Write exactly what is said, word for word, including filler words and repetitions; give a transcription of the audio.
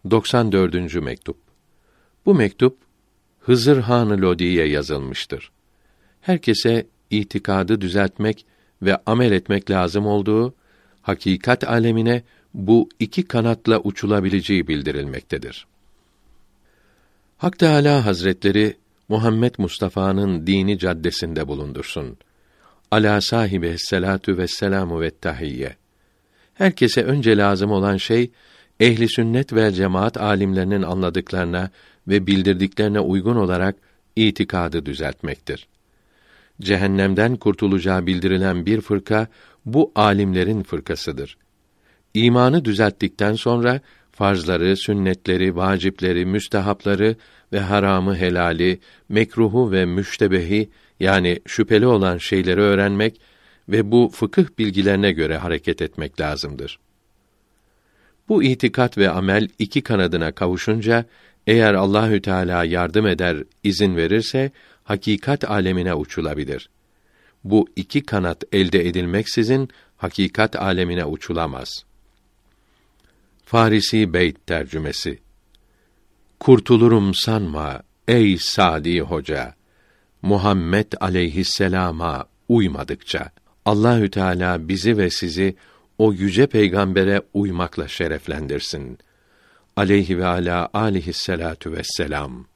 doksan dördüncü mektup. Bu mektup Hızır Han-ı Lodi'ye yazılmıştır. Herkese itikadı düzeltmek ve amel etmek lazım olduğu, hakikat alemine bu iki kanatla uçulabileceği bildirilmektedir. Hak Teâlâ Hazretleri Muhammed Mustafa'nın dini caddesinde bulundursun. Alâ sâhibihisselâtü vesselâmu vettahiyye. Herkese önce lazım olan şey, ehli sünnet ve cemaat alimlerinin anladıklarına ve bildirdiklerine uygun olarak itikadı düzeltmektir. Cehennemden kurtulacağı bildirilen bir fırka, bu alimlerin fırkasıdır. İmanı düzelttikten sonra, farzları, sünnetleri, vacipleri, müstehapları ve haramı, helali, mekruhu ve müştebehi, yani şüpheli olan şeyleri öğrenmek ve bu fıkıh bilgilerine göre hareket etmek lazımdır. Bu itikat ve amel iki kanadına kavuşunca, eğer Allahü Teala yardım eder, izin verirse, hakikat alemine uçulabilir. Bu iki kanat elde edilmeksizin, hakikat alemine uçulamaz. Farisi Beyt tercümesi. Kurtulurum sanma ey Sadi Hoca, Muhammed aleyhisselama uymadıkça. Allahü Teala bizi ve sizi o yüce peygambere uymakla şereflendirsin. Aleyhi ve ala alihisselatu vesselam.